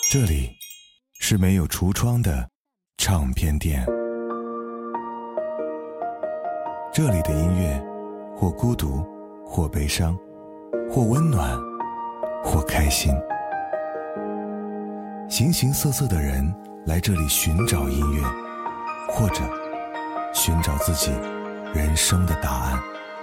这里是没有橱窗的唱片店，这里的音乐或孤独，或悲伤，或温暖，或开心。形形色色的人来这里寻找音乐，或者寻找自己人生的答案。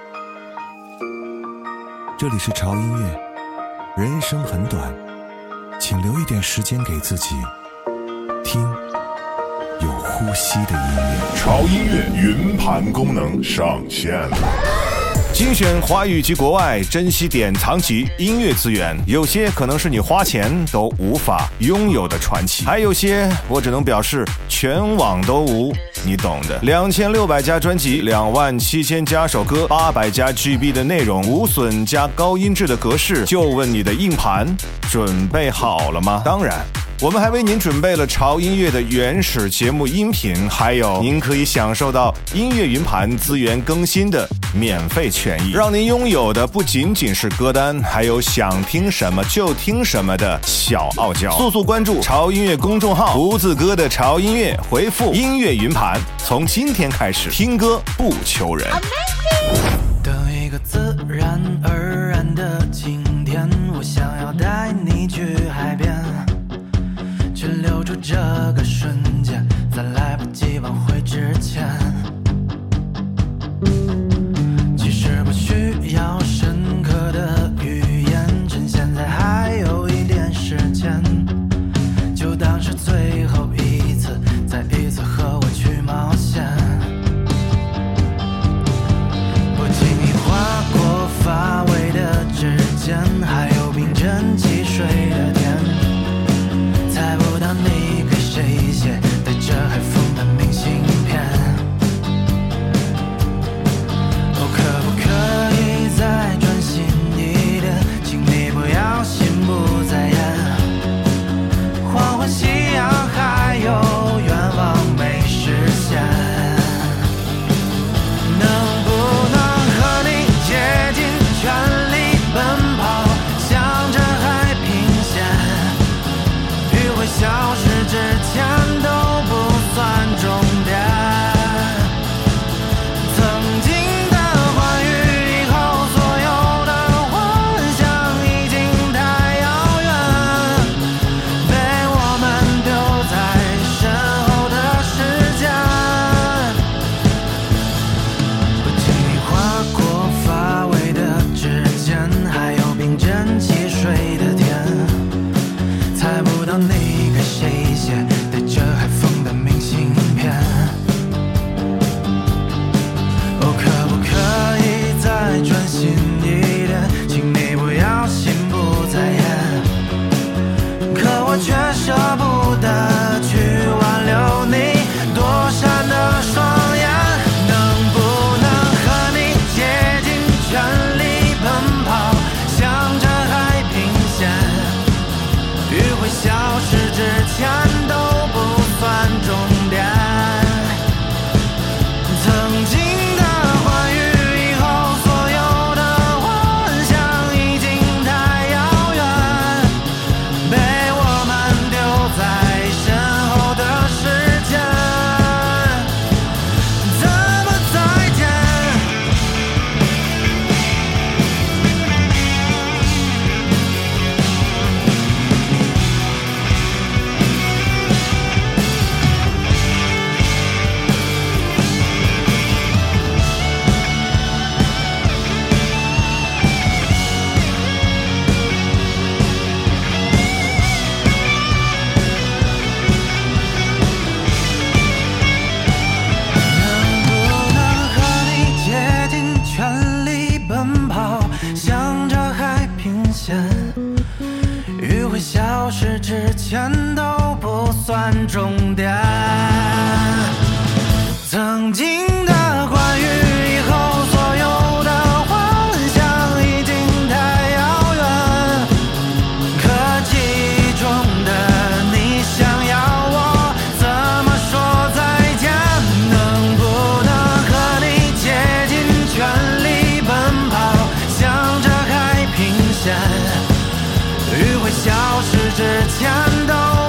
这里是潮音乐，人生很短，请留一点时间给自己，听有呼吸的音乐。 潮音乐云盘功能上线了。 精选华语及国外珍稀典藏级音乐资源，有些可能是你花钱都无法拥有的传奇，还有些我只能表示全网都无，你懂的。2600加专辑，27000加首歌，800加 GB 的内容，无损加高音质的格式，就问你的硬盘准备好了吗？当然，我们还为您准备了潮音乐的原始节目音频，还有您可以享受到音乐云盘资源更新的免费权益，让您拥有的不仅仅是歌单，还有想听什么就听什么的小傲娇。速速关注潮音乐公众号，胡子哥的潮音乐，回复音乐云盘，从今天开始听歌不求人。 的一个自然而然的晴天，我想要带你去海边，去留住这个瞬间，在来不及挽回之前。其实不需要深刻的语言，趁现在还有一点时间，就当是最后一次，再一次和我去冒险。不经意划过发尾的指尖，还有冰镇汽水的甜，猜不到你给谁写带着海风的明信片。哦，可不可以再专心一点，请你不要心不在焉，黄昏夕阳还有愿望没实现，能不能和你竭尽全力奔跑，向着海平线，余晖消失之前都不算终点。曾经的欢愉，以后所有的幻想已经太遥远，被我们丢在身后的时间。不经意划过发尾的指尖，还有冰镇汽水的甜，猜不到你给谁写带着海风的明信片。哦，可不可以再专心一点，请你不要心不在焉，可我却舍不得去挽留你躲闪的双眼。能不能和你竭尽全力奔跑，向着海平线，余晖消失之前都不算终点。曾经的欢愉，以后所有的幻想已经太遥远，被我们丢在身后的时间。怎么再见？能不能和你竭尽全力奔跑，向着海平线，余晖消失之前都不算终点。曾经的欢愉，以后所有的幻想已经太遥远，可记忆中的你想要我怎么说再见？能不能和你竭尽全力奔跑，向着海平线，余晖消失之前都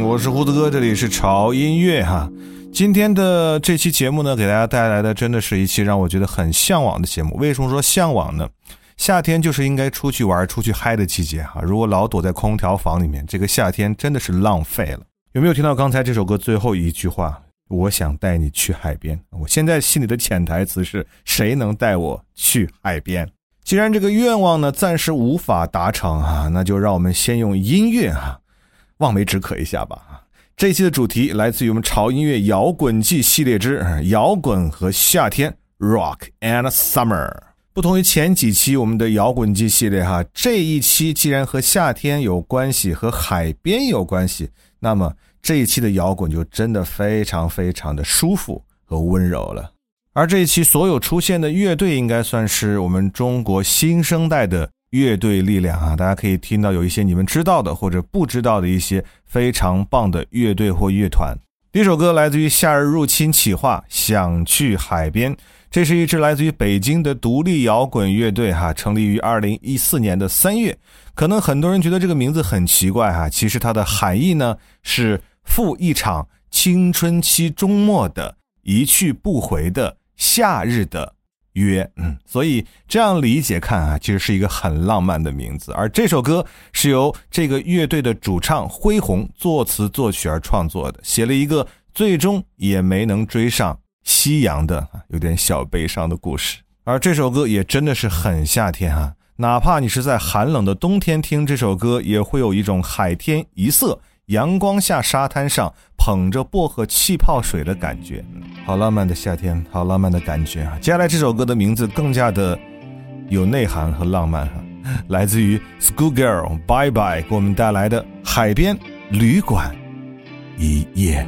我是胡子哥，这里是潮音乐哈。今天的这期节目呢，给大家带来的真的是一期让我觉得很向往的节目。为什么说向往呢？夏天就是应该出去玩、出去嗨的季节哈。如果老躲在空调房里面，这个夏天真的是浪费了。有没有听到刚才这首歌最后一句话？我想带你去海边。我现在心里的潜台词是：谁能带我去海边？既然这个愿望呢暂时无法达成啊，那就让我们先用音乐望梅止渴一下吧。这一期的主题来自于我们潮音乐摇滚季系列之摇滚和夏天 Rock and Summer。 不同于前几期我们的摇滚季系列这一期既然和夏天有关系，和海边有关系，那么这一期的摇滚就真的非常非常的舒服和温柔了。而这一期所有出现的乐队应该算是我们中国新生代的乐队力量大家可以听到有一些你们知道的或者不知道的一些非常棒的乐队或乐团。第一首歌来自于夏日入侵企划，想去海边。这是一支来自于北京的独立摇滚乐队成立于2014年的3月。可能很多人觉得这个名字很奇怪其实它的含义呢是赴一场青春期终末的一去不回的夏日的约。所以这样理解看其实是一个很浪漫的名字。而这首歌是由这个乐队的主唱恢宏作词作曲而创作的，写了一个最终也没能追上夕阳的有点小悲伤的故事。而这首歌也真的是很夏天哪怕你是在寒冷的冬天听这首歌，也会有一种海天一色，阳光下沙滩上捧着薄荷气泡水的感觉。好浪漫的夏天，好浪漫的感觉接下来这首歌的名字更加的有内涵和浪漫来自于 Schoolgirl Bye Bye 给我们带来的海边旅馆一夜。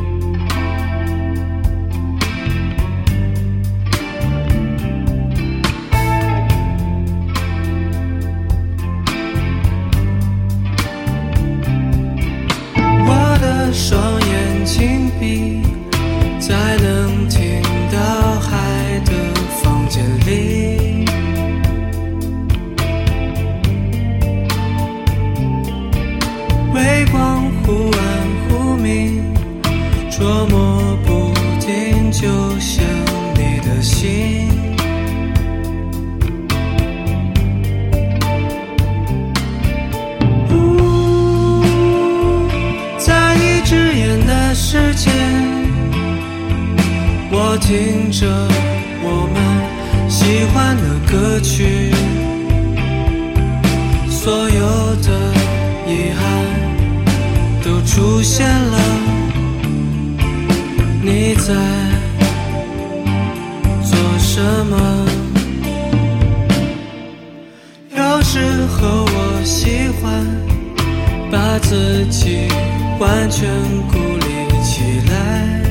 双眼紧闭，在能听到海的房间里，微光忽暗忽明，捉摸不定，就像你的心。时间，我听着我们喜欢的歌曲，所有的遗憾都出现了。你在做什么？有时候我喜欢把自己完全孤立起来，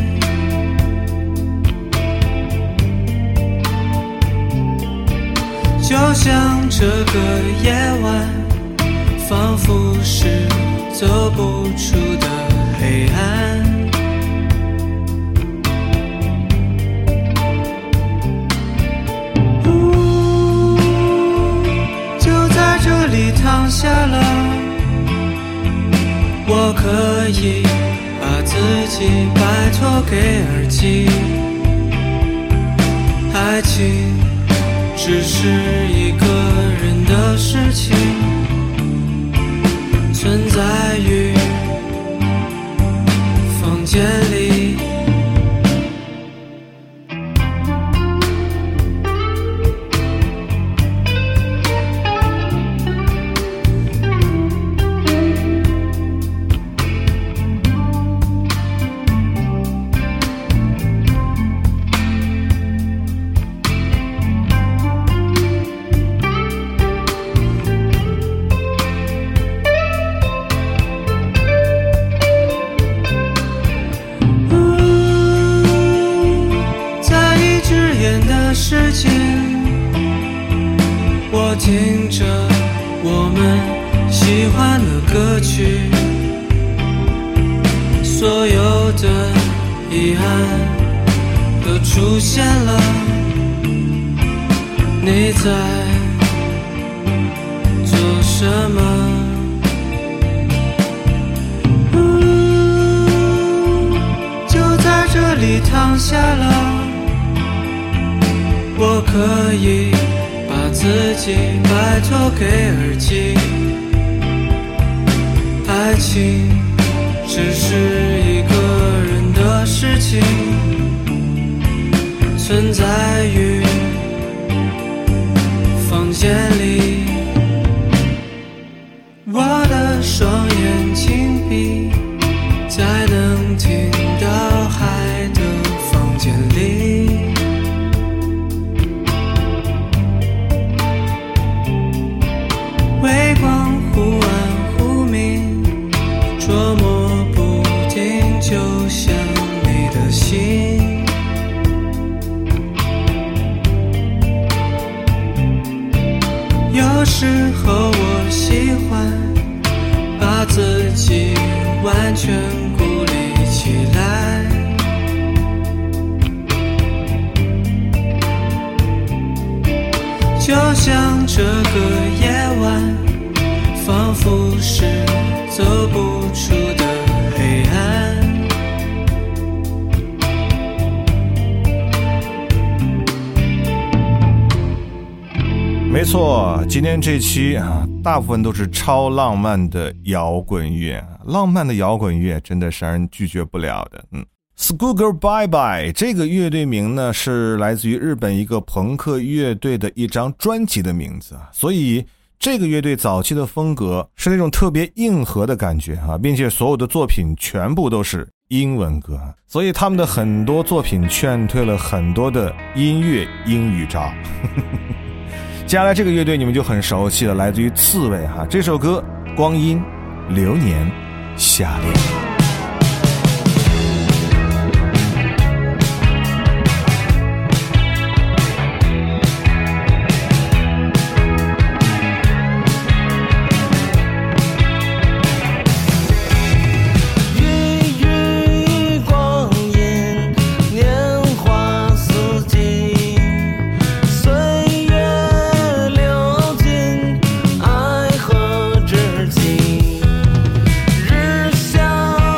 就像这个夜晚仿佛是走不出的黑暗。就在这里躺下了，我可以把自己摆脱给耳机，爱情只是一个人的事情，存在于房间里。时间，我听着我们喜欢的歌曲，所有的遗憾都出现了。你在做什么？ 放下了，我可以把自己拜托给耳机。爱情只是一个人的事情，存在于房间里。我的双眼紧闭，在能听到海的房间里。微光忽暗忽明，捉摸不定，就像你的心。有时候我喜欢把自己完全孤立起来，就像这个夜晚仿佛是走不出的黑暗。 没错，今天这期大部分都是超浪漫的摇滚乐，浪漫的摇滚乐真的是让人拒绝不了的。Schoolgirl Bye Bye 这个乐队名呢是来自于日本一个朋克乐队的一张专辑的名字，所以这个乐队早期的风格是那种特别硬核的感觉并且所有的作品全部都是英文歌，所以他们的很多作品劝退了很多的音乐英语渣。接下来这个乐队你们就很熟悉了，来自于刺猬这首歌光阴流年夏恋。 日下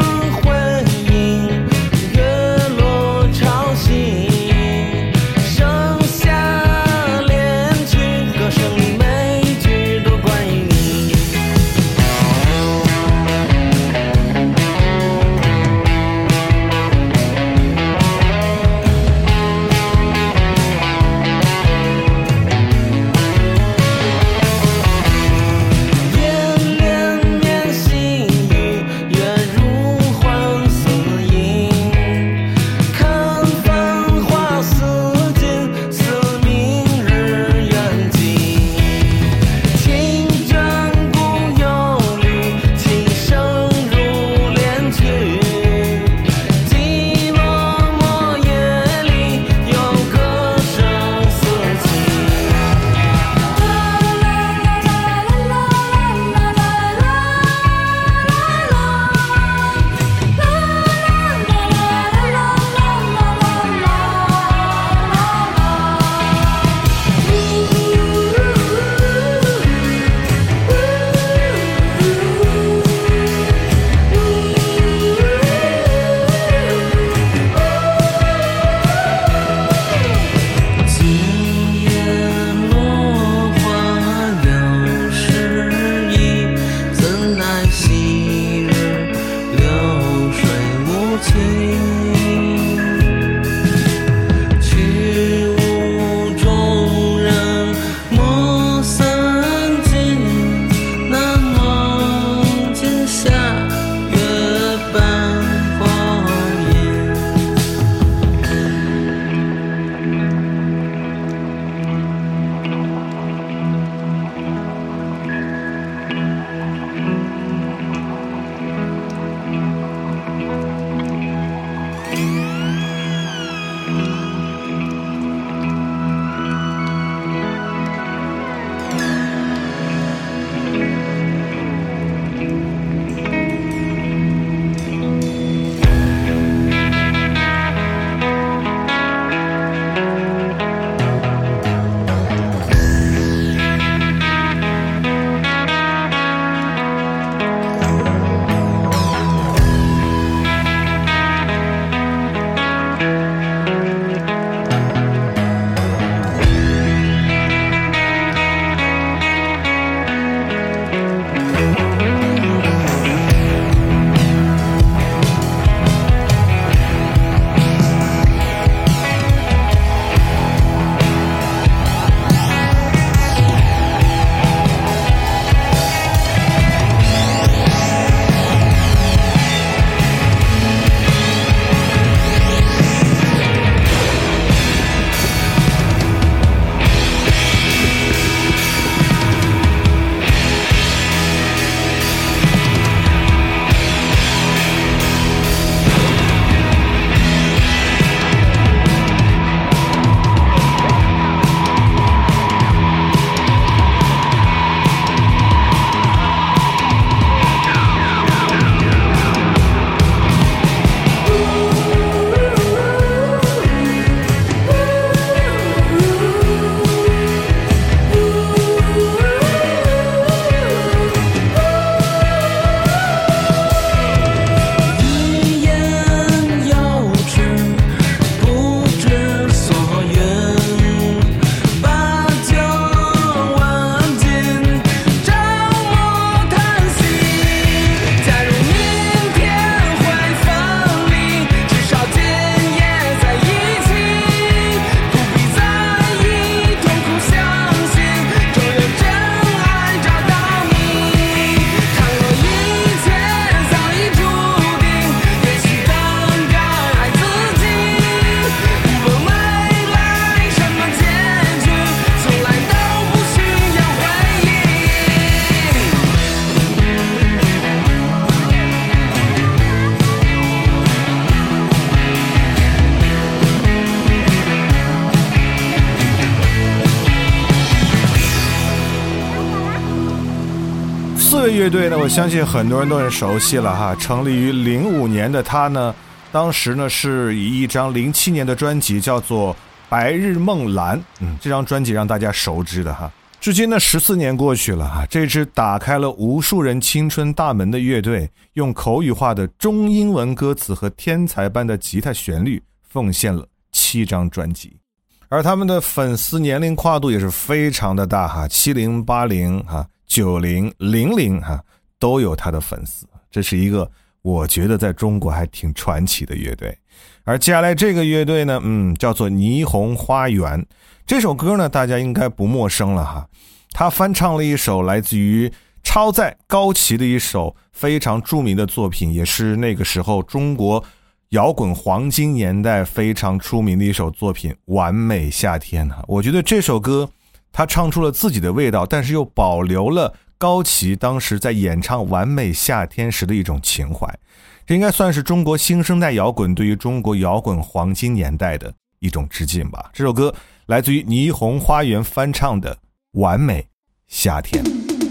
位乐队呢，我相信很多人都很熟悉了哈。成立于05年的他呢，当时呢是以一张07年的专辑叫做《白日梦蓝》，这张专辑让大家熟知的哈。至今呢14年过去了哈，这支打开了无数人青春大门的乐队，用口语化的中英文歌词和天才般的吉他旋律，奉献了7张专辑。而他们的粉丝年龄跨度也是非常的大哈，70、80哈、90、00哈都有他的粉丝，这是一个我觉得在中国还挺传奇的乐队。而接下来这个乐队呢，叫做霓虹花园。这首歌呢，大家应该不陌生了哈。他翻唱了一首来自于超载高旗的一首非常著名的作品，也是那个时候中国摇滚黄金年代非常出名的一首作品《完美夏天》。我觉得这首歌他唱出了自己的味道，但是又保留了高旗当时在演唱《完美夏天》时的一种情怀。这应该算是中国新生代摇滚对于中国摇滚黄金年代的一种致敬吧。这首歌来自于霓虹花园翻唱的《完美夏天》。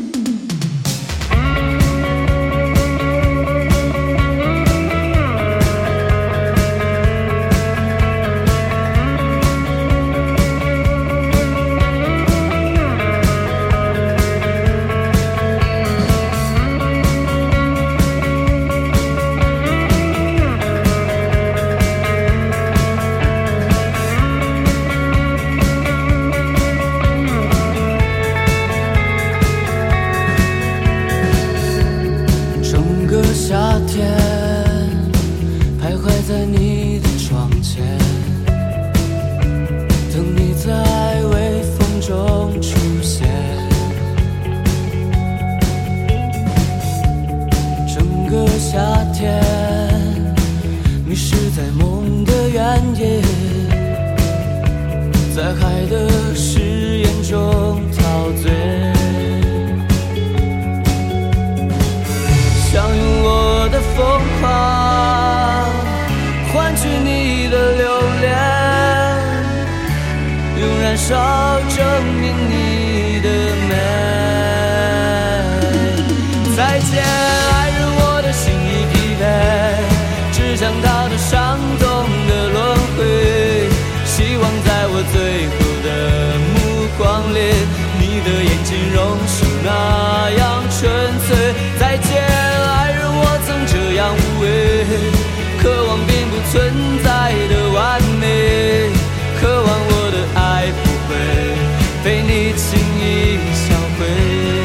在海的誓言中陶醉，想用我的疯狂换取你的留恋，用燃烧证明你的美。再见爱人，我的心已疲惫，只想逃脱伤痛的轮回，希望在我最后的目光里，你的眼睛仍是那样纯粹。再见爱人，我曾这样无畏，渴望并不存在的完美，渴望我的爱不会被你轻易销毁。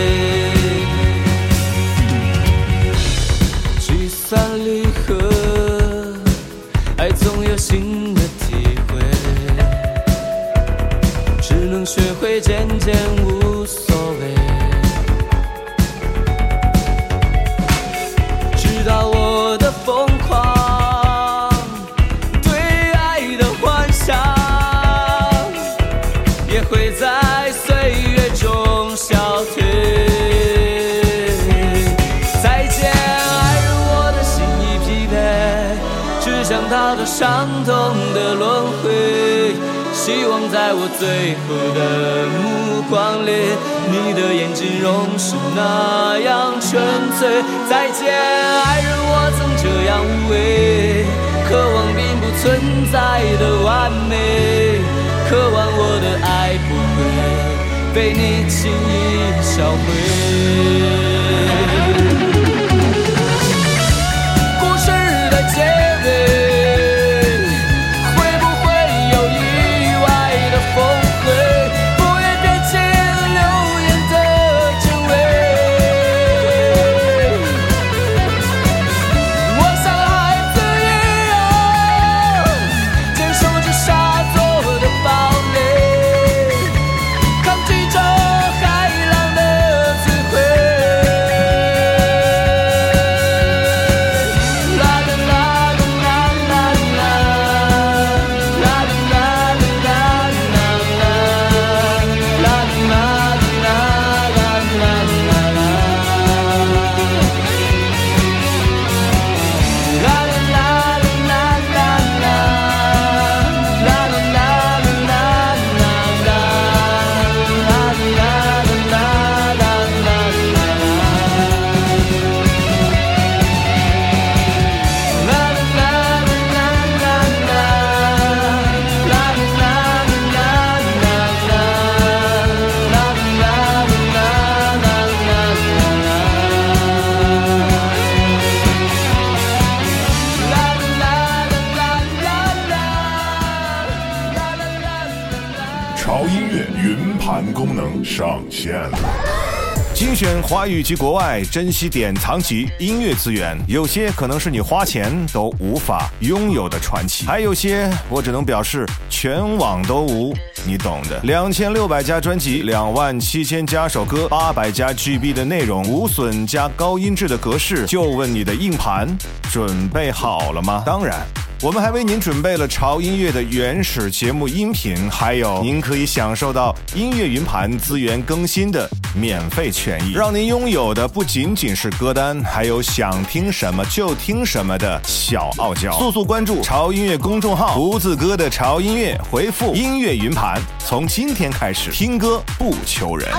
聚散离合，爱总有新的体会，只能学会渐渐无所谓，直到我的疯狂对爱的幻想也会在岁月中消退。再见爱人，我的心已疲惫，只想逃脱伤痛的轮回，希望在我最后的目光里，你的眼睛仍是那样纯粹。再见爱人，我曾这样无畏，渴望并不存在的完美，渴望我的爱不会被你轻易销毁。故事的结尾会不会有意外的峰回，不愿变成流言的真伪。我像孩子一样坚守着沙作的堡垒，抗拒着海浪的摧上线了。 精选华语及国外珍稀典藏级音乐资源，有些可能是你花钱都无法拥有的传奇，还有些我只能表示全网都无，你懂的。2600加专辑，27000加首歌，800加 GB 的内容，无损加高音质的格式，就问你的硬盘准备好了吗？当然，我们还为您准备了潮音乐的原始节目音频，还有您可以享受到音乐云盘资源更新的免费权益，让您拥有的不仅仅是歌单，还有想听什么就听什么的小傲娇。速速关注潮音乐公众号，胡子哥的潮音乐，回复音乐云盘，从今天开始听歌不求人。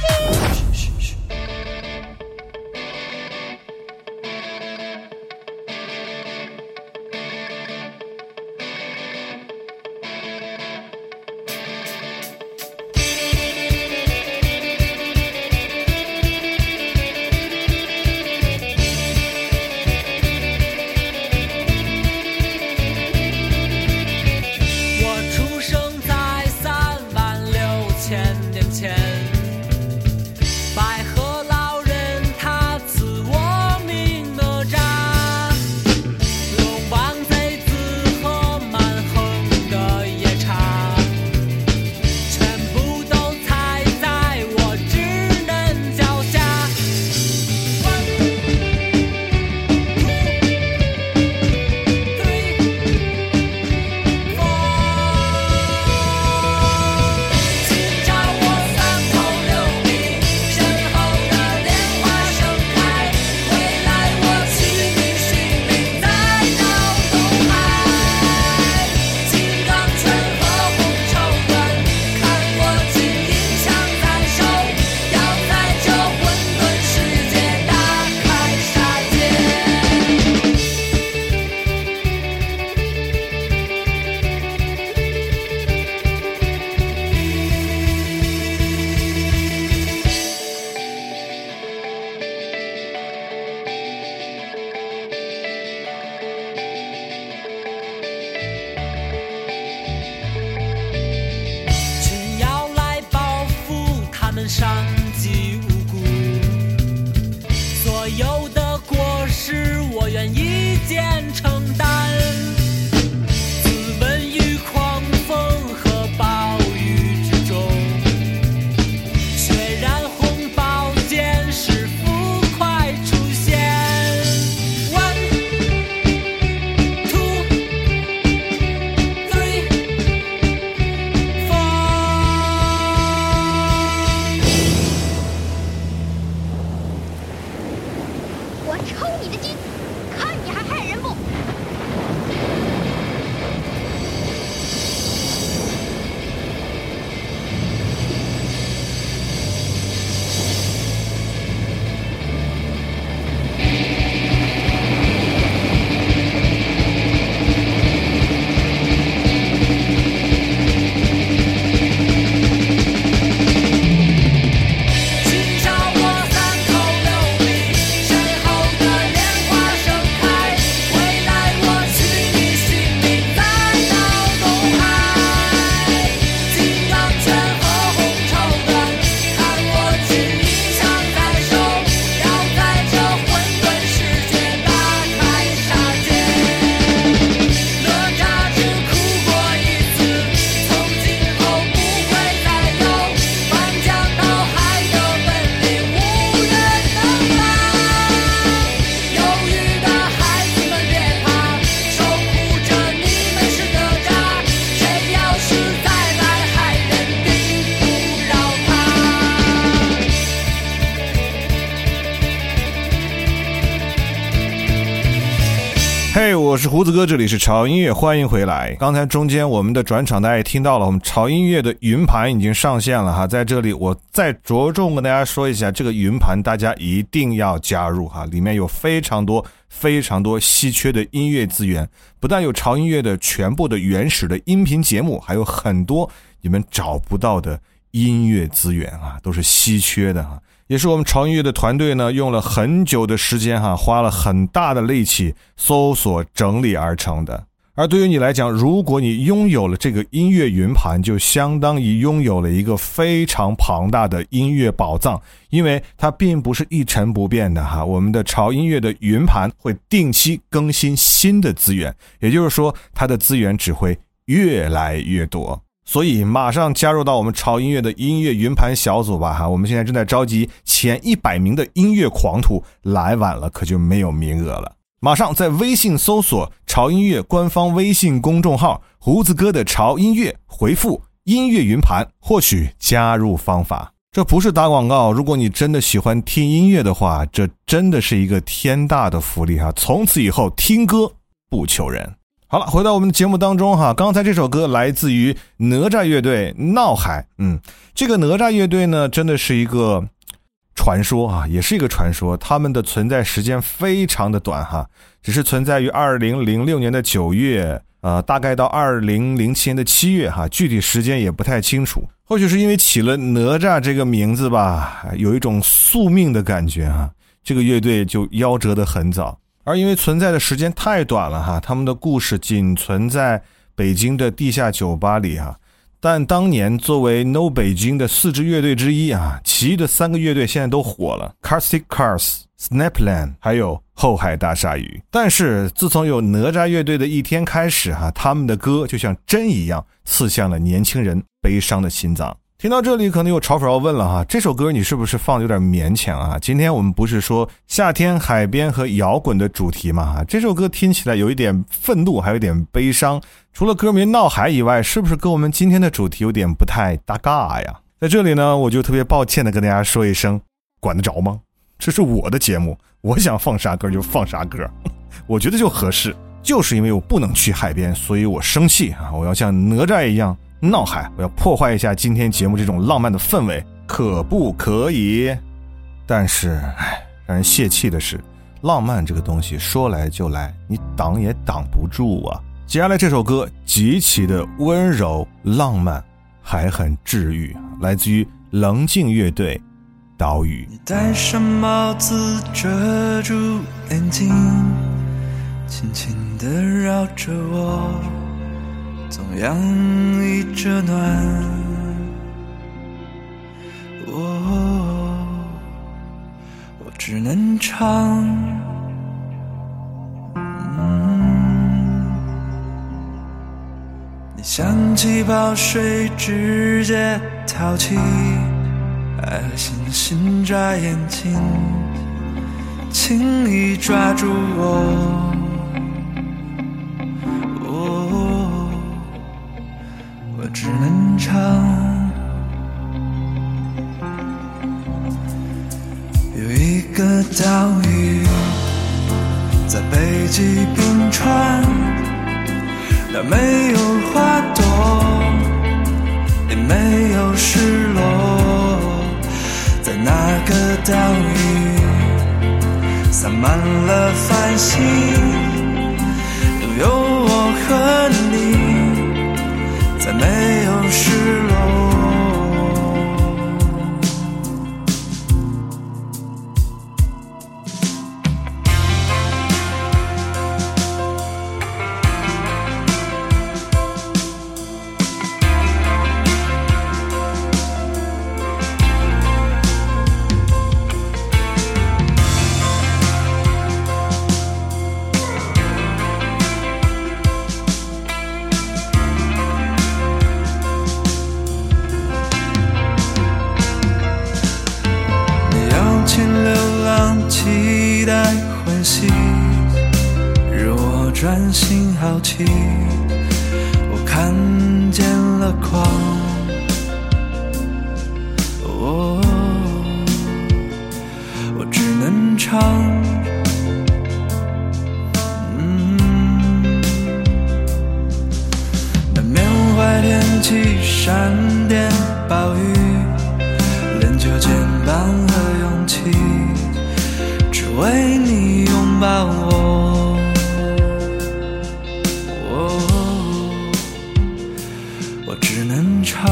嘿，我是胡子哥，这里是潮音乐，欢迎回来。刚才中间我们的转场大家也听到了，我们潮音乐的云盘已经上线了哈，在这里我再着重跟大家说一下，这个云盘大家一定要加入哈，里面有非常多稀缺的音乐资源，不但有潮音乐的全部的原始的音频节目，还有很多你们找不到的音乐资源啊，都是稀缺的哈。也是我们潮音乐的团队呢，用了很久的时间哈，花了很大的力气搜索整理而成的。 而对于你来讲，如果你拥有了这个音乐云盘，就相当于拥有了一个非常庞大的音乐宝藏，因为它并不是一成不变的哈。我们的潮音乐的云盘会定期更新新的资源，也就是说它的资源只会越来越多。所以马上加入到我们潮音乐的音乐云盘小组吧哈，我们现在正在召集前100名的音乐狂徒，来晚了可就没有名额了。马上在微信搜索潮音乐官方微信公众号胡子哥的潮音乐，回复音乐云盘获取加入方法。这不是打广告，如果你真的喜欢听音乐的话，这真的是一个天大的福利哈！从此以后听歌不求人。好了，回到我们的节目当中哈，刚才这首歌来自于哪吒乐队《闹海》。这个哪吒乐队呢，真的是一个传说啊，也是一个传说，他们的存在时间非常的短哈，只是存在于2006年的9月，大概到2007年的7月哈，具体时间也不太清楚。或许是因为起了哪吒这个名字吧，有一种宿命的感觉哈，这个乐队就夭折得很早。而因为存在的时间太短了哈，他们的故事仅存在北京的地下酒吧里哈。但当年作为 No 北京的4支乐队之一啊，其余的3个乐队现在都火了 Carstic Cars、Snapland 还有后海大鲨鱼。但是自从有哪吒乐队的一天开始他们的歌就像针一样刺向了年轻人悲伤的心脏。听到这里可能有嘲讽要问了这首歌你是不是放得有点勉强今天我们不是说夏天海边和摇滚的主题吗这首歌听起来有一点愤怒还有一点悲伤，除了歌名闹海以外，是不是跟我们今天的主题有点不太搭嘎呀？在这里呢，我就特别抱歉的跟大家说一声，管得着吗？这是我的节目，我想放啥歌就放啥歌，我觉得就合适。就是因为我不能去海边，所以我生气我要像哪吒一样闹海，我要破坏一下今天节目这种浪漫的氛围，可不可以？但是让人泄气的是，浪漫这个东西说来就来，你挡也挡不住啊。接下来这首歌极其的温柔浪漫，还很治愈，来自于棱镜乐队岛屿。 你戴上帽子遮住眼睛，轻轻地绕着我，总洋溢着暖。我只能唱。你像气泡水直接淘气，爱和星星眨眼睛，轻易抓住我。我只能唱。有一个岛屿在北极冰川，那没有花朵，也没有失落，在那个岛屿洒满了繁星，拥有我和你，再没有失落。期待欢喜，惹我专心好奇，我看见了光。我只能唱。难缅怀天气，闪电暴雨，练就肩膀和勇气，为你拥抱我。我只能唱。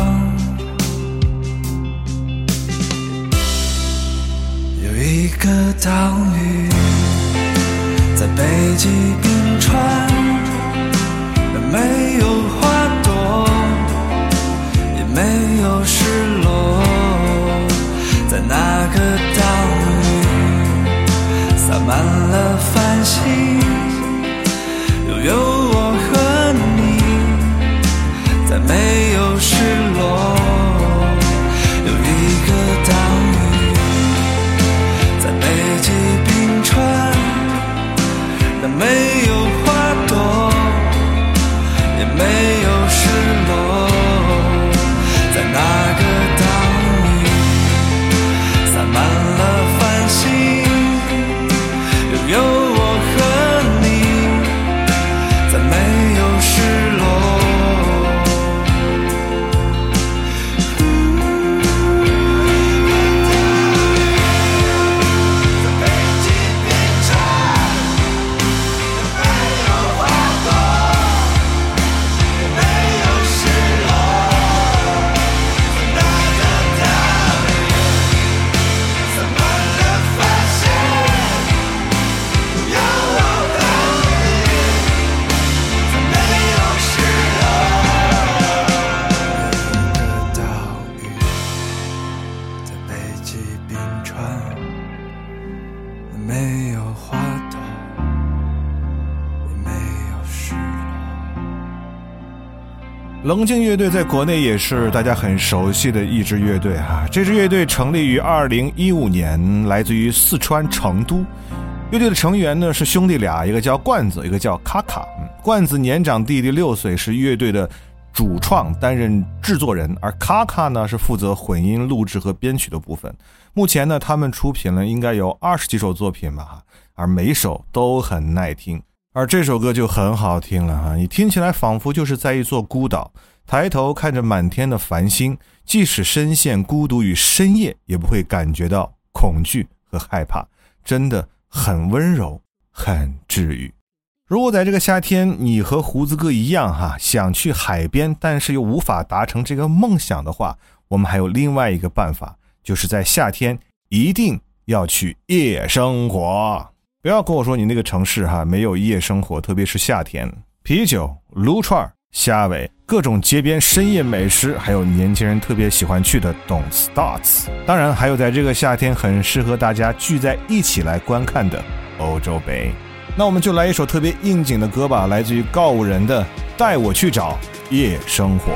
有一个岛屿在北极冰川， 没有花朵，也没有失落，在那个岛屿洒满了繁星，又有我和你，在没有失落，有一个岛屿，在北极冰川，那没有花朵，也没有失落，在那个岛屿洒满了繁星，又有我和你，在没有失落。没有花朵，也没有失落。 棱镜乐队在国内也是大家很熟悉的一支乐队啊。这支乐队成立于2015年，来自于四川成都。乐队的成员呢是兄弟俩，一个叫罐子，一个叫卡卡。罐子年长弟弟6岁，是乐队的主创，担任制作人，而卡卡呢是负责混音录制和编曲的部分。目前呢他们出品了应该有20几首作品吧，而每首都很耐听。而这首歌就很好听了啊，你听起来仿佛就是在一座孤岛，抬头看着满天的繁星，即使深陷孤独与深夜，也不会感觉到恐惧和害怕，真的很温柔，很治愈。如果在这个夏天你和胡子哥一样想去海边，但是又无法达成这个梦想的话，我们还有另外一个办法，就是在夏天一定要去夜生活。不要跟我说你那个城市没有夜生活，特别是夏天，啤酒、撸串、虾尾，各种街边深夜美食，还有年轻人特别喜欢去的 Don't Starts， 当然还有在这个夏天很适合大家聚在一起来观看的欧洲杯。那我们就来一首特别应景的歌吧，来自于告五人的《带我去找夜生活》。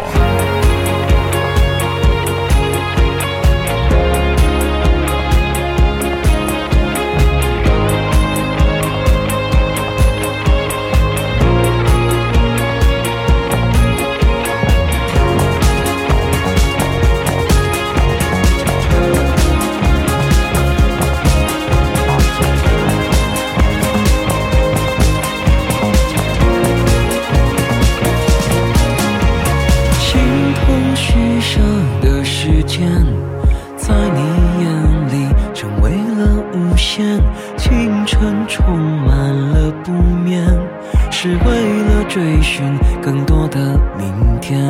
在你眼里成为了无限，青春充满了不眠，是为了追寻更多的明天。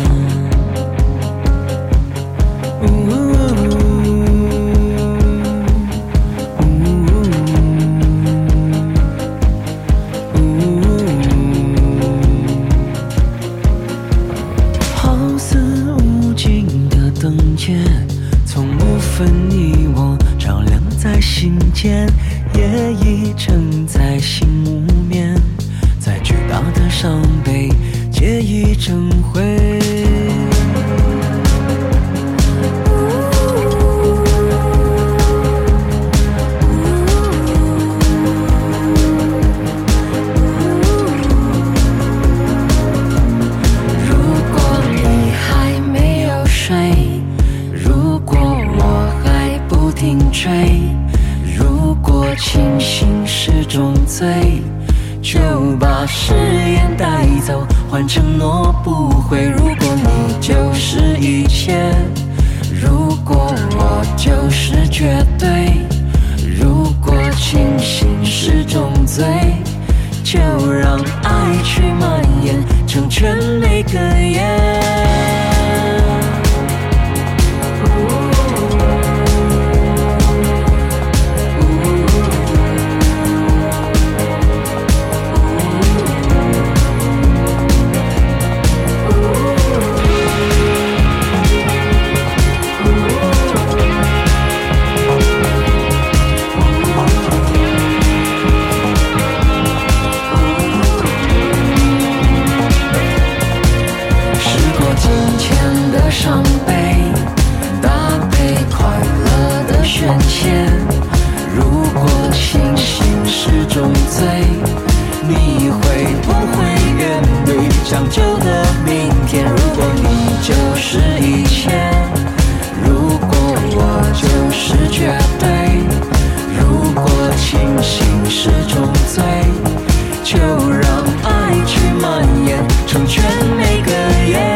好似无尽的灯节，从无分你我，照亮在心间，夜已沉在心无眠，再巨大的伤悲皆已成灰。如果清醒是种罪，就把誓言带走，换承诺不悔。如果你就是一切，如果我就是绝对，如果清醒是种罪，就让爱去蔓延，成全每个夜。 清醒是种罪，你会不会面对将就的明天？如果你就是一切，如果我就是绝对，如果清醒是种罪，就让爱去蔓延，成全每个夜。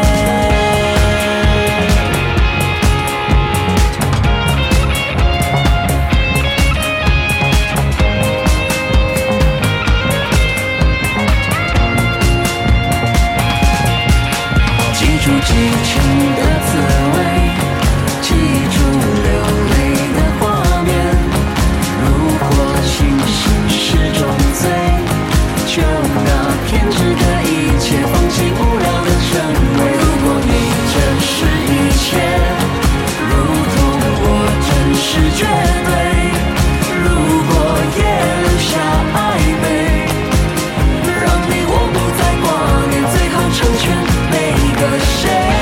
记住激情的滋味，记住流泪的画面。如果清醒是种罪，就拿偏执的一切放弃无聊的称谓。如果你真是一切，如同我真是绝对，如果也留下暧昧，让你我不再挂念，最好成全每个谁。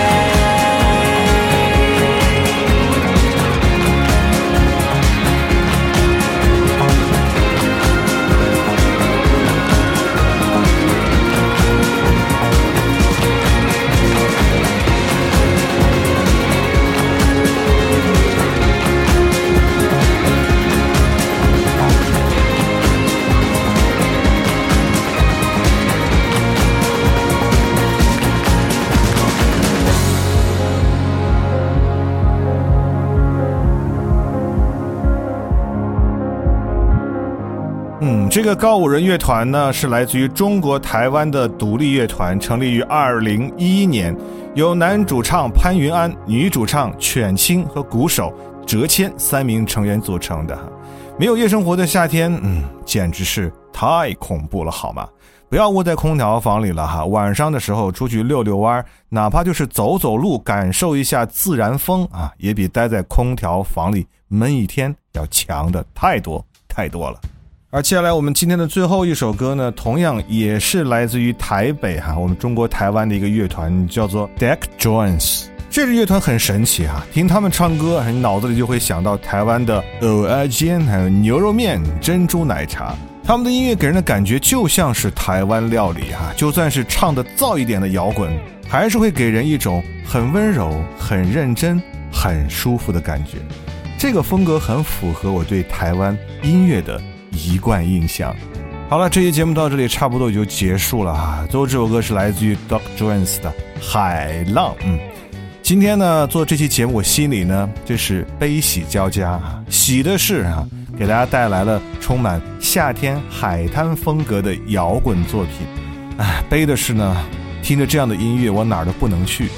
这个告五人乐团呢，是来自于中国台湾的独立乐团，成立于2011年，由男主唱潘云安、女主唱犬青和鼓手哲谦3名成员组成的。没有夜生活的夏天，简直是太恐怖了，好吗？不要窝在空调房里了哈，晚上的时候出去溜溜弯，哪怕就是走走路，感受一下自然风啊，也比待在空调房里闷一天要强的太多太多了。而接下来我们今天的最后一首歌呢，同样也是来自于台北我们中国台湾的一个乐团，叫做 Deck Jones。 这支乐团很神奇听他们唱歌，你脑子里就会想到台湾的蚵仔煎，还有牛肉面、珍珠奶茶。他们的音乐给人的感觉就像是台湾料理就算是唱的燥一点的摇滚，还是会给人一种很温柔、很认真、很舒服的感觉。这个风格很符合我对台湾音乐的一贯印象。好了，这期节目到这里差不多也就结束了最后这首歌是来自于 Deck Jones 的海浪。今天呢做这期节目，我心里呢这是悲喜交加。喜的是给大家带来了充满夏天海滩风格的摇滚作品。悲的是呢，听着这样的音乐我哪儿都不能去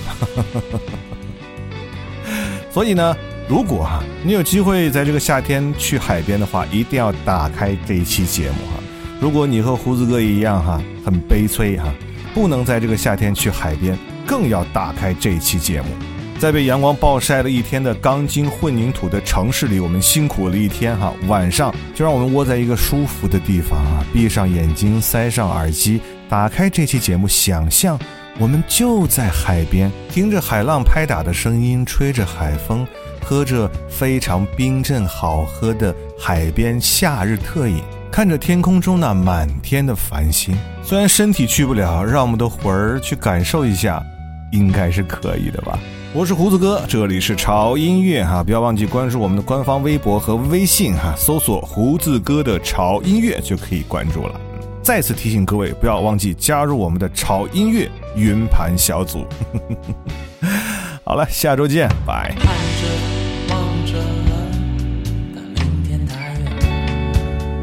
所以呢，如果你有机会在这个夏天去海边的话，一定要打开这一期节目如果你和胡子哥一样很悲催不能在这个夏天去海边，更要打开这一期节目。在被阳光暴晒了一天的钢筋混凝土的城市里，我们辛苦了一天晚上就让我们窝在一个舒服的地方闭上眼睛，塞上耳机，打开这期节目，想象我们就在海边，听着海浪拍打的声音，吹着海风，喝着非常冰镇好喝的海边夏日特饮，看着天空中那满天的繁星。虽然身体去不了，让我们的魂儿去感受一下，应该是可以的吧。我是胡子哥，这里是潮音乐不要忘记关注我们的官方微博和微信搜索胡子哥的潮音乐就可以关注了。再次提醒各位，不要忘记加入我们的潮音乐云盘小组好了，下周见，拜。 看着望着但明天太远，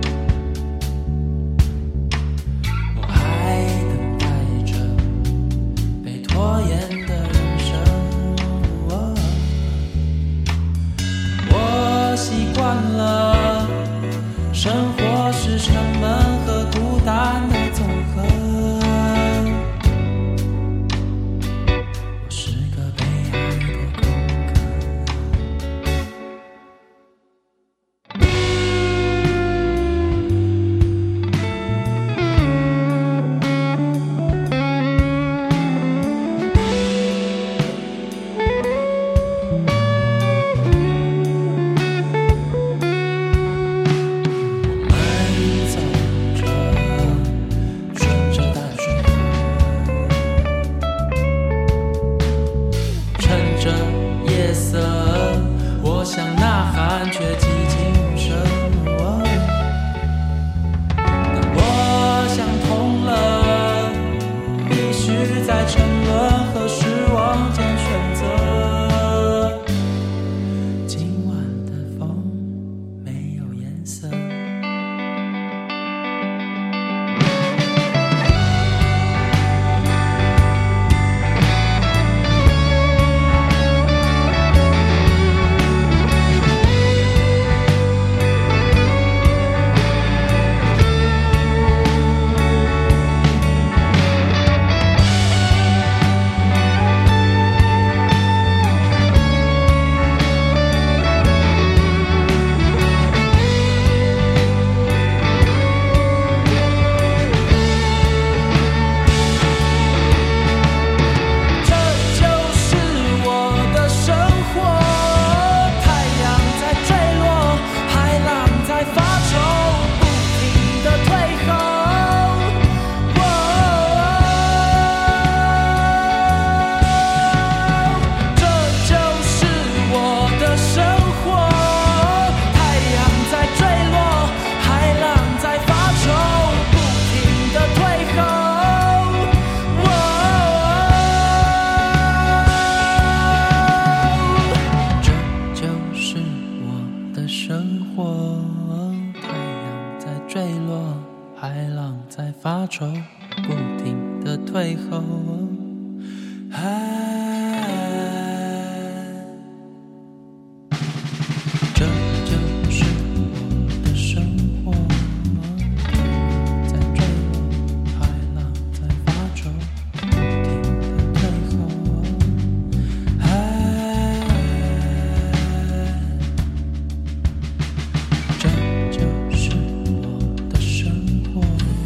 我还等待着被拖延的人生。我习惯了生活是沉闷和孤单的总和，我是个被爱的空壳。我们坠落，海浪在发愁，不停地退后。这就是我的生活，在坠落，海浪在发愁，不停地退后。这就是我的生活。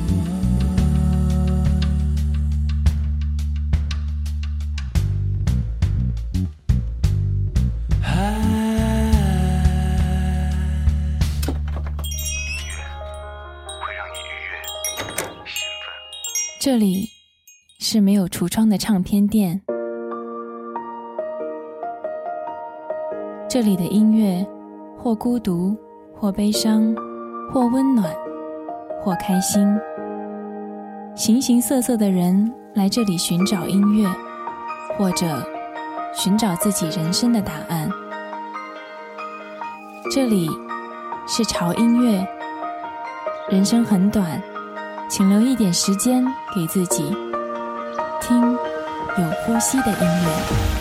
这里是没有橱窗的唱片店，这里的音乐或孤独，或悲伤，或温暖，或开心。形形色色的人来这里寻找音乐，或者寻找自己人生的答案。这里是潮音乐，人生很短，请留一点时间给自己，听有呼吸的音乐。